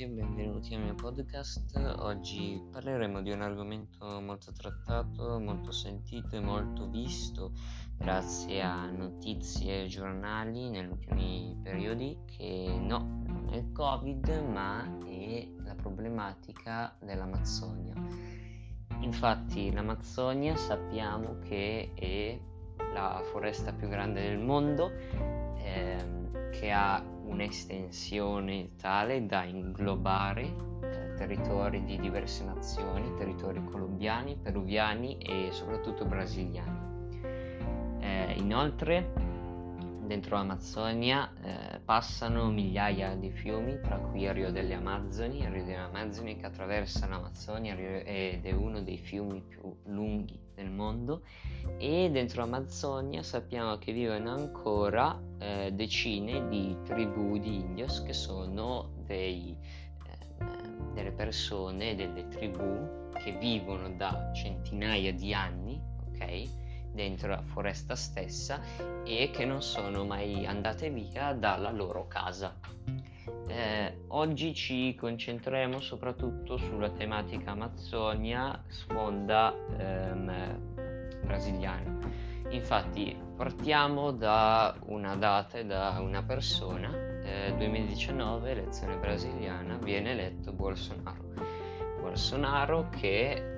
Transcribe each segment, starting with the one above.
e benvenuti al mio podcast. Oggi parleremo di un argomento molto trattato, molto sentito e molto visto grazie a notizie e giornali negli ultimi periodi, che non è il Covid, ma è la problematica dell'Amazzonia. Infatti l'Amazzonia sappiamo che è la foresta più grande del mondo, che ha un'estensione tale da inglobare territori di diverse nazioni, territori colombiani, peruviani e soprattutto brasiliani. Inoltre, dentro l'Amazzonia passano migliaia di fiumi, tra cui il Rio delle Amazzoni, che attraversa l'Amazzonia ed è uno dei fiumi più lunghi del mondo. E dentro l'Amazzonia sappiamo che vivono ancora decine di tribù di indios, che sono delle persone, delle tribù che vivono da centinaia di anni, dentro la foresta stessa, e che non sono mai andate via dalla loro casa. Oggi ci concentreremo soprattutto sulla tematica Amazzonia sponda brasiliana. Infatti partiamo da una data e da una persona. 2019, elezione brasiliana, viene eletto Bolsonaro, che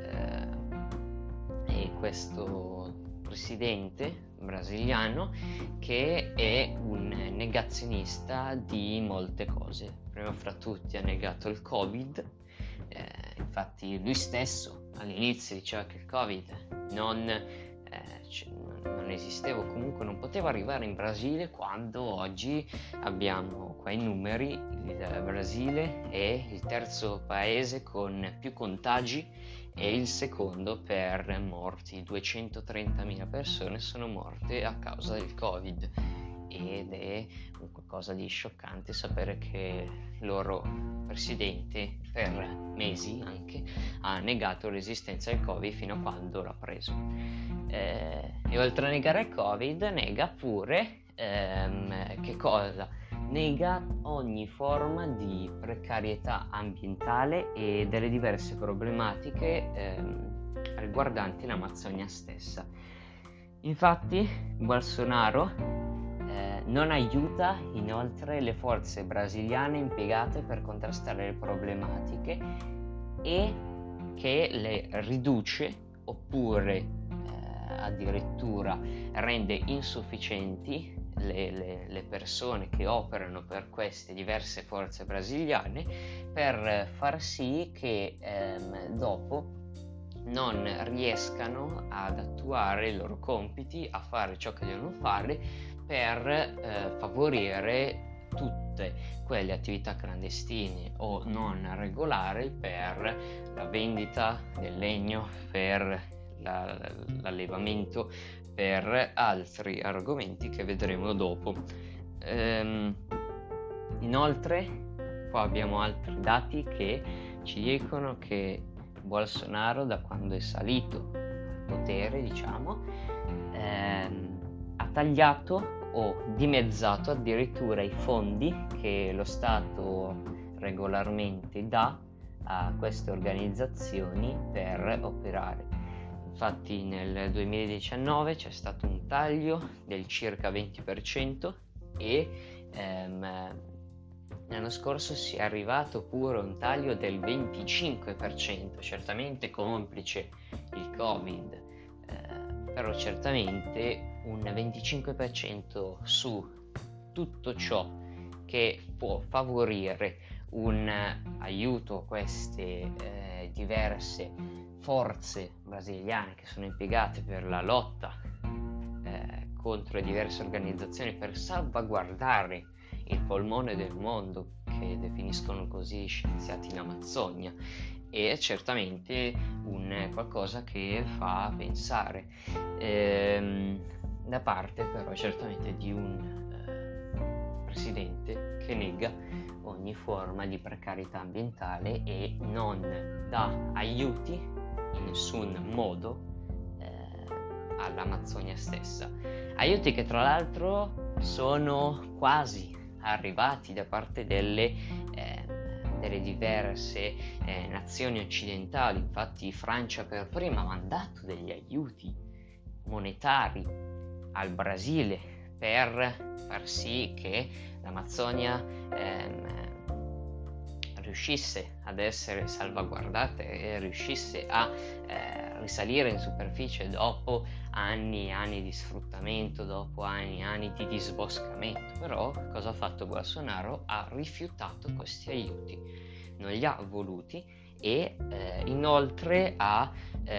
è questo presidente brasiliano che è un negazionista di molte cose. Prima fra tutti ha negato il Covid. Infatti lui stesso all'inizio diceva che il Covid non esisteva, o comunque non poteva arrivare in Brasile, quando oggi abbiamo qua i numeri. Il Brasile è il terzo paese con più contagi e il secondo per morti. 230.000 persone sono morte a causa del Covid, ed è qualcosa di scioccante sapere che il loro presidente per mesi anche ha negato l'esistenza del Covid fino a quando l'ha preso. E oltre a negare il Covid, nega pure che cosa? Nega ogni forma di precarietà ambientale e delle diverse problematiche riguardanti l'Amazzonia stessa. Infatti Bolsonaro non aiuta inoltre le forze brasiliane impiegate per contrastare le problematiche, e che le riduce oppure addirittura rende insufficienti le persone che operano per queste diverse forze brasiliane, per far sì che dopo non riescano ad attuare i loro compiti, a fare ciò che devono fare per favorire tutte quelle attività clandestine o non regolari, per la vendita del legno, per l'allevamento, per altri argomenti che vedremo dopo. Inoltre qua abbiamo altri dati che ci dicono che Bolsonaro, da quando è salito al potere, ha tagliato o dimezzato addirittura i fondi che lo Stato regolarmente dà a queste organizzazioni per operare. Infatti nel 2019 c'è stato un taglio del circa 20%, e l'anno scorso si è arrivato pure a un taglio del 25%, certamente complice il Covid, però certamente un 25% su tutto ciò che può favorire un aiuto a queste diverse forze brasiliane che sono impiegate per la lotta contro le diverse organizzazioni per salvaguardare il polmone del mondo, che definiscono così gli scienziati in Amazzonia. È certamente un qualcosa che fa pensare, da parte però certamente di un presidente che nega ogni forma di precarietà ambientale e non dà aiuti in nessun modo all'Amazzonia stessa. Aiuti che tra l'altro sono quasi arrivati da parte delle delle diverse nazioni occidentali. Infatti Francia per prima ha mandato degli aiuti monetari al Brasile per far sì che l'Amazzonia riuscisse ad essere salvaguardata e riuscisse a risalire in superficie dopo anni e anni di sfruttamento, dopo anni e anni di disboscamento. Però cosa ha fatto Bolsonaro? Ha rifiutato questi aiuti, non li ha voluti e inoltre ha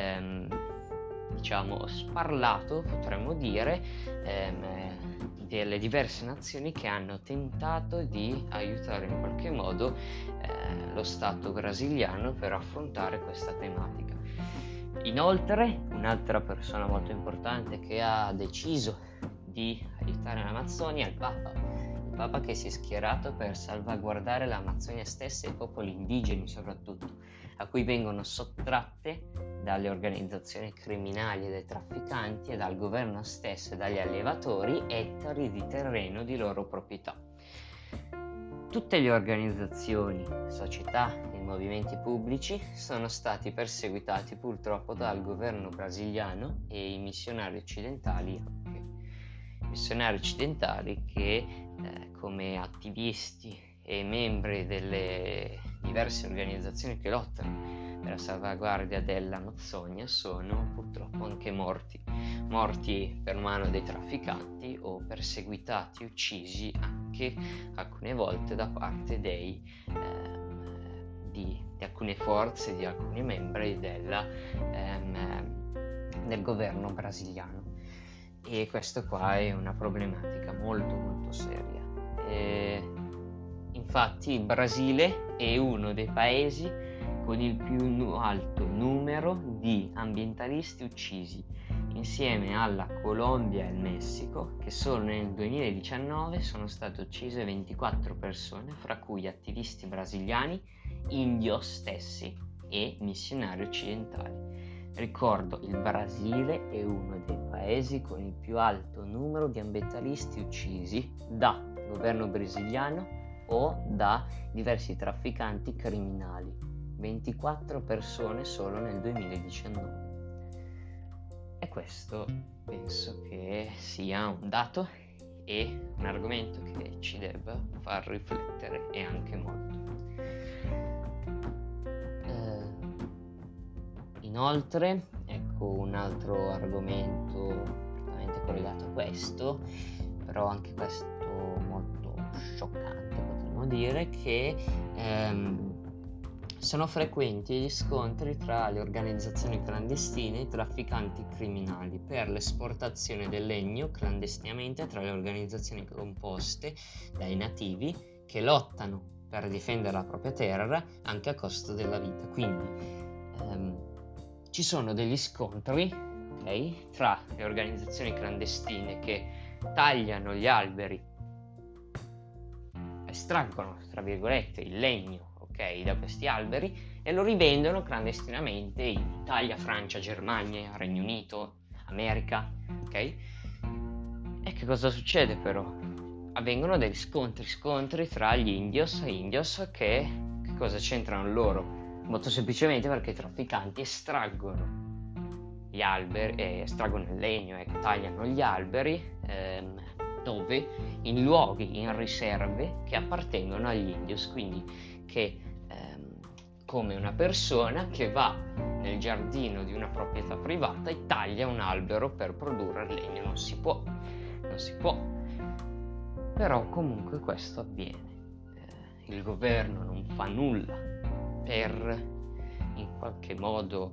sparlato, potremmo dire, delle diverse nazioni che hanno tentato di aiutare in qualche modo lo Stato brasiliano per affrontare questa tematica. Inoltre, un'altra persona molto importante che ha deciso di aiutare l'Amazzonia è il Papa che si è schierato per salvaguardare l'Amazzonia stessa e i popoli indigeni soprattutto, a cui vengono sottratte dalle organizzazioni criminali e dai trafficanti e dal governo stesso e dagli allevatori ettari di terreno di loro proprietà. Tutte le organizzazioni, società e movimenti pubblici sono stati perseguitati purtroppo dal governo brasiliano e i missionari occidentali anche. Missionari occidentali che come attivisti e membri delle diverse organizzazioni che lottano per la salvaguardia dell'Amazzonia sono purtroppo anche morti per mano dei trafficanti o perseguitati, uccisi anche alcune volte da parte di alcune forze, di alcuni membri del governo brasiliano. E questo qua è una problematica molto molto seria. Infatti il Brasile è uno dei paesi con il più alto numero di ambientalisti uccisi, insieme alla Colombia e al Messico, che solo nel 2019 sono state uccise 24 persone, fra cui attivisti brasiliani, indios stessi e missionari occidentali. Ricordo, il Brasile è uno dei paesi con il più alto numero di ambientalisti uccisi da governo brasiliano o da diversi trafficanti criminali. 24 persone solo nel 2019. E questo penso che sia un dato e un argomento che ci debba far riflettere e anche molto. Inoltre, ecco un altro argomento prettamente collegato a questo, però anche questo molto scioccante, potremmo dire, che sono frequenti gli scontri tra le organizzazioni clandestine e i trafficanti criminali per l'esportazione del legno clandestinamente tra le organizzazioni composte dai nativi che lottano per difendere la propria terra anche a costo della vita. Quindi ci sono degli scontri, okay, tra le organizzazioni clandestine che tagliano gli alberi, estraggono, tra virgolette, il legno, ok, da questi alberi e lo rivendono clandestinamente in Italia, Francia, Germania, Regno Unito, America, ok? E che cosa succede però? Avvengono degli scontri tra gli indios che cosa c'entrano loro? Molto semplicemente perché i trafficanti estraggono gli alberi, estraggono il legno e tagliano gli alberi dove? In luoghi, in riserve che appartengono agli indios, quindi che come una persona che va nel giardino di una proprietà privata e taglia un albero per produrre legno. Non si può. Però comunque questo avviene. Il governo non fa nulla per in qualche modo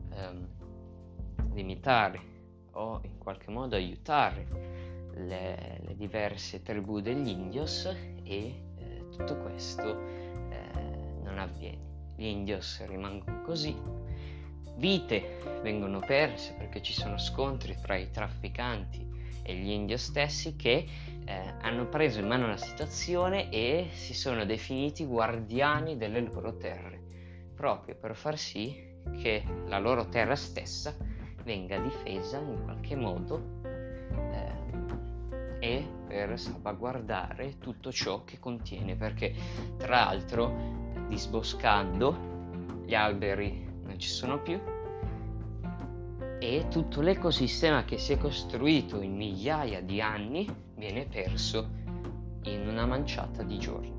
limitare o in qualche modo aiutare le diverse tribù degli indios e tutto questo non avviene. Gli indios rimangono così, vite vengono perse perché ci sono scontri tra i trafficanti e gli indios stessi che hanno preso in mano la situazione e si sono definiti guardiani delle loro terre, proprio per far sì che la loro terra stessa venga difesa in qualche modo e per salvaguardare tutto ciò che contiene, perché tra l'altro disboscando, gli alberi non ci sono più e tutto l'ecosistema che si è costruito in migliaia di anni viene perso in una manciata di giorni.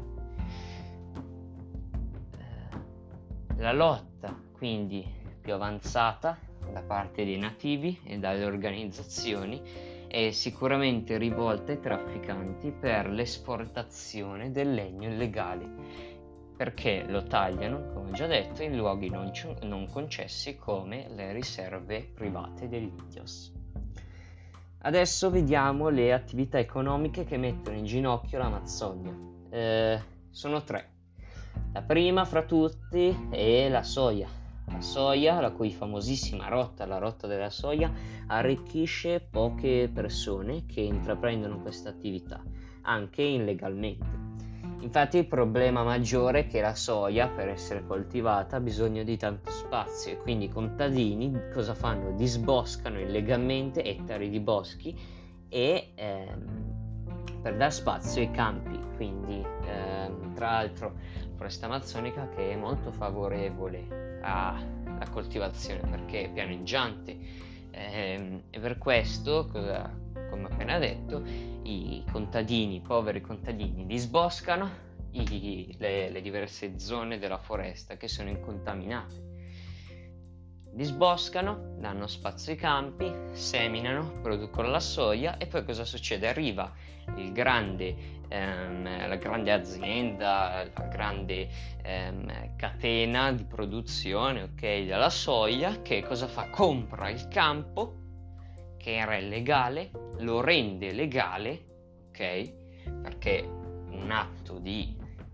La lotta quindi più avanzata da parte dei nativi e dalle organizzazioni è sicuramente rivolta ai trafficanti per l'esportazione del legno illegale, perché lo tagliano, come ho già detto, in luoghi non concessi come le riserve private degli indios. Adesso vediamo le attività economiche che mettono in ginocchio l'Amazzonia. Sono 3. La prima fra tutti è la soia. La soia, la cui famosissima rotta, la rotta della soia, arricchisce poche persone che intraprendono questa attività, anche illegalmente. Infatti il problema maggiore è che la soia, per essere coltivata, ha bisogno di tanto spazio e quindi i contadini cosa fanno? Disboscano illegalmente ettari di boschi e per dar spazio ai campi. Quindi tra l'altro la foresta amazzonica che è molto favorevole alla coltivazione perché è pianeggiante e per questo, come ho appena detto, i poveri contadini disboscano le diverse zone della foresta che sono incontaminate. Disboscano, danno spazio ai campi, seminano, producono la soia e poi cosa succede? Arriva la grande azienda, la grande catena di produzione, ok, della soia, che cosa fa? Compra il campo che era illegale, lo rende legale, ok? Perché un atto di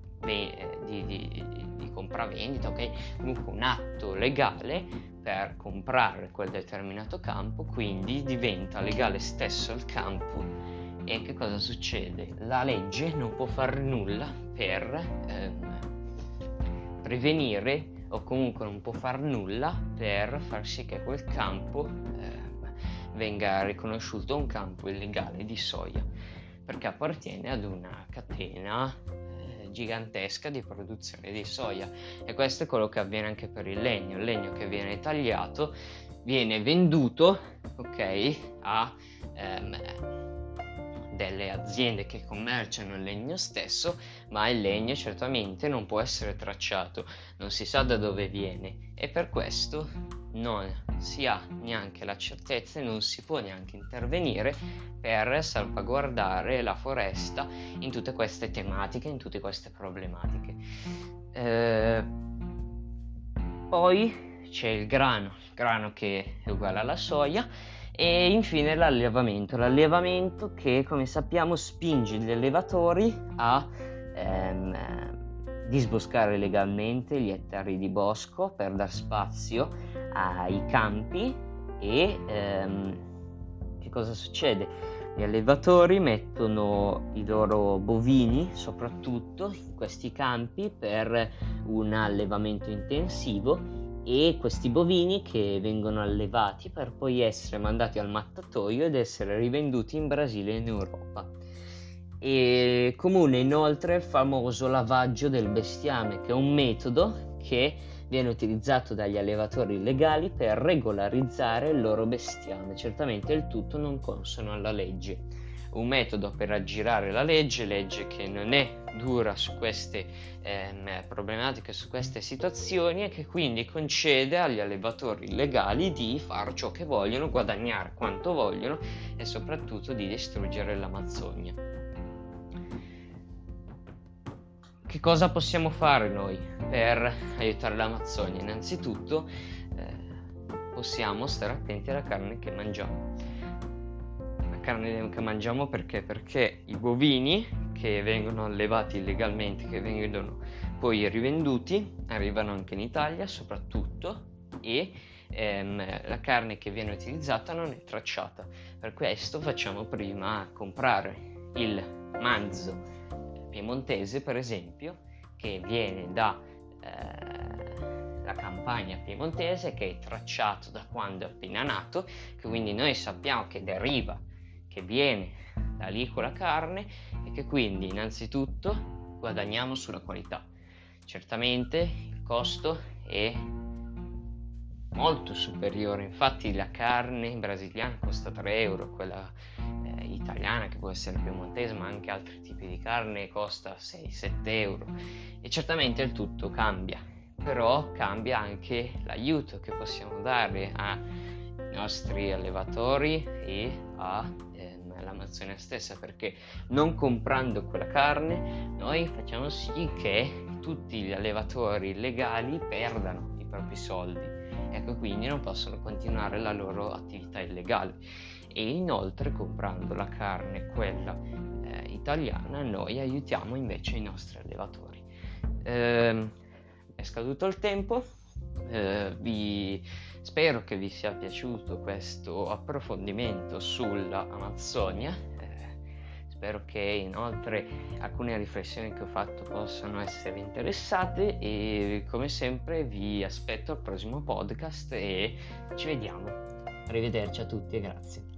compravendita, ok? Comunque un atto legale per comprare quel determinato campo, quindi diventa legale stesso il campo. E che cosa succede? La legge non può fare nulla per prevenire o comunque non può far nulla per far sì che quel campo venga riconosciuto un campo illegale di soia, perché appartiene ad una catena gigantesca di produzione di soia. E questo è quello che avviene anche per il legno che viene tagliato, viene venduto, ok, a delle aziende che commerciano il legno stesso, ma il legno certamente non può essere tracciato, non si sa da dove viene e per questo non si ha neanche la certezza e non si può neanche intervenire per salvaguardare la foresta in tutte queste tematiche, in tutte queste problematiche. Poi c'è il grano che è uguale alla soia. E infine l'allevamento che, come sappiamo, spinge gli allevatori a disboscare legalmente gli ettari di bosco per dar spazio ai campi e che cosa succede? Gli allevatori mettono i loro bovini soprattutto in questi campi per un allevamento intensivo e questi bovini che vengono allevati per poi essere mandati al mattatoio ed essere rivenduti in Brasile e in Europa. È comune inoltre il famoso lavaggio del bestiame, che è un metodo che viene utilizzato dagli allevatori illegali per regolarizzare il loro bestiame, certamente il tutto non consono alla legge. Un metodo per aggirare la legge che non è dura su queste problematiche, su queste situazioni e che quindi concede agli allevatori illegali di fare ciò che vogliono, guadagnare quanto vogliono e soprattutto di distruggere l'Amazzonia. Che cosa possiamo fare noi per aiutare l'Amazzonia? Innanzitutto possiamo stare attenti alla carne che mangiamo. Carne che mangiamo perché i bovini che vengono allevati illegalmente, che vengono poi rivenduti, arrivano anche in Italia soprattutto e la carne che viene utilizzata non è tracciata. Per questo facciamo prima comprare il manzo piemontese, per esempio, che viene da la campagna piemontese, che è tracciato da quando è appena nato, che quindi noi sappiamo che deriva, che viene da lì con la carne e che quindi innanzitutto guadagniamo sulla qualità. Certamente il costo è molto superiore, infatti la carne brasiliana costa 3 euro, quella italiana, che può essere piemontese ma anche altri tipi di carne, costa 6-7 euro, e certamente il tutto cambia, però cambia anche l'aiuto che possiamo dare ai nostri allevatori e all'Amazzonia stessa, perché non comprando quella carne noi facciamo sì che tutti gli allevatori legali perdano i propri soldi, ecco, quindi non possono continuare la loro attività illegale. E inoltre, comprando la carne, quella italiana, noi aiutiamo invece i nostri allevatori. È scaduto il tempo, spero che vi sia piaciuto questo approfondimento sulla Amazzonia. Spero che inoltre alcune riflessioni che ho fatto possano essere interessate, e come sempre vi aspetto al prossimo podcast e ci vediamo. Arrivederci a tutti e grazie.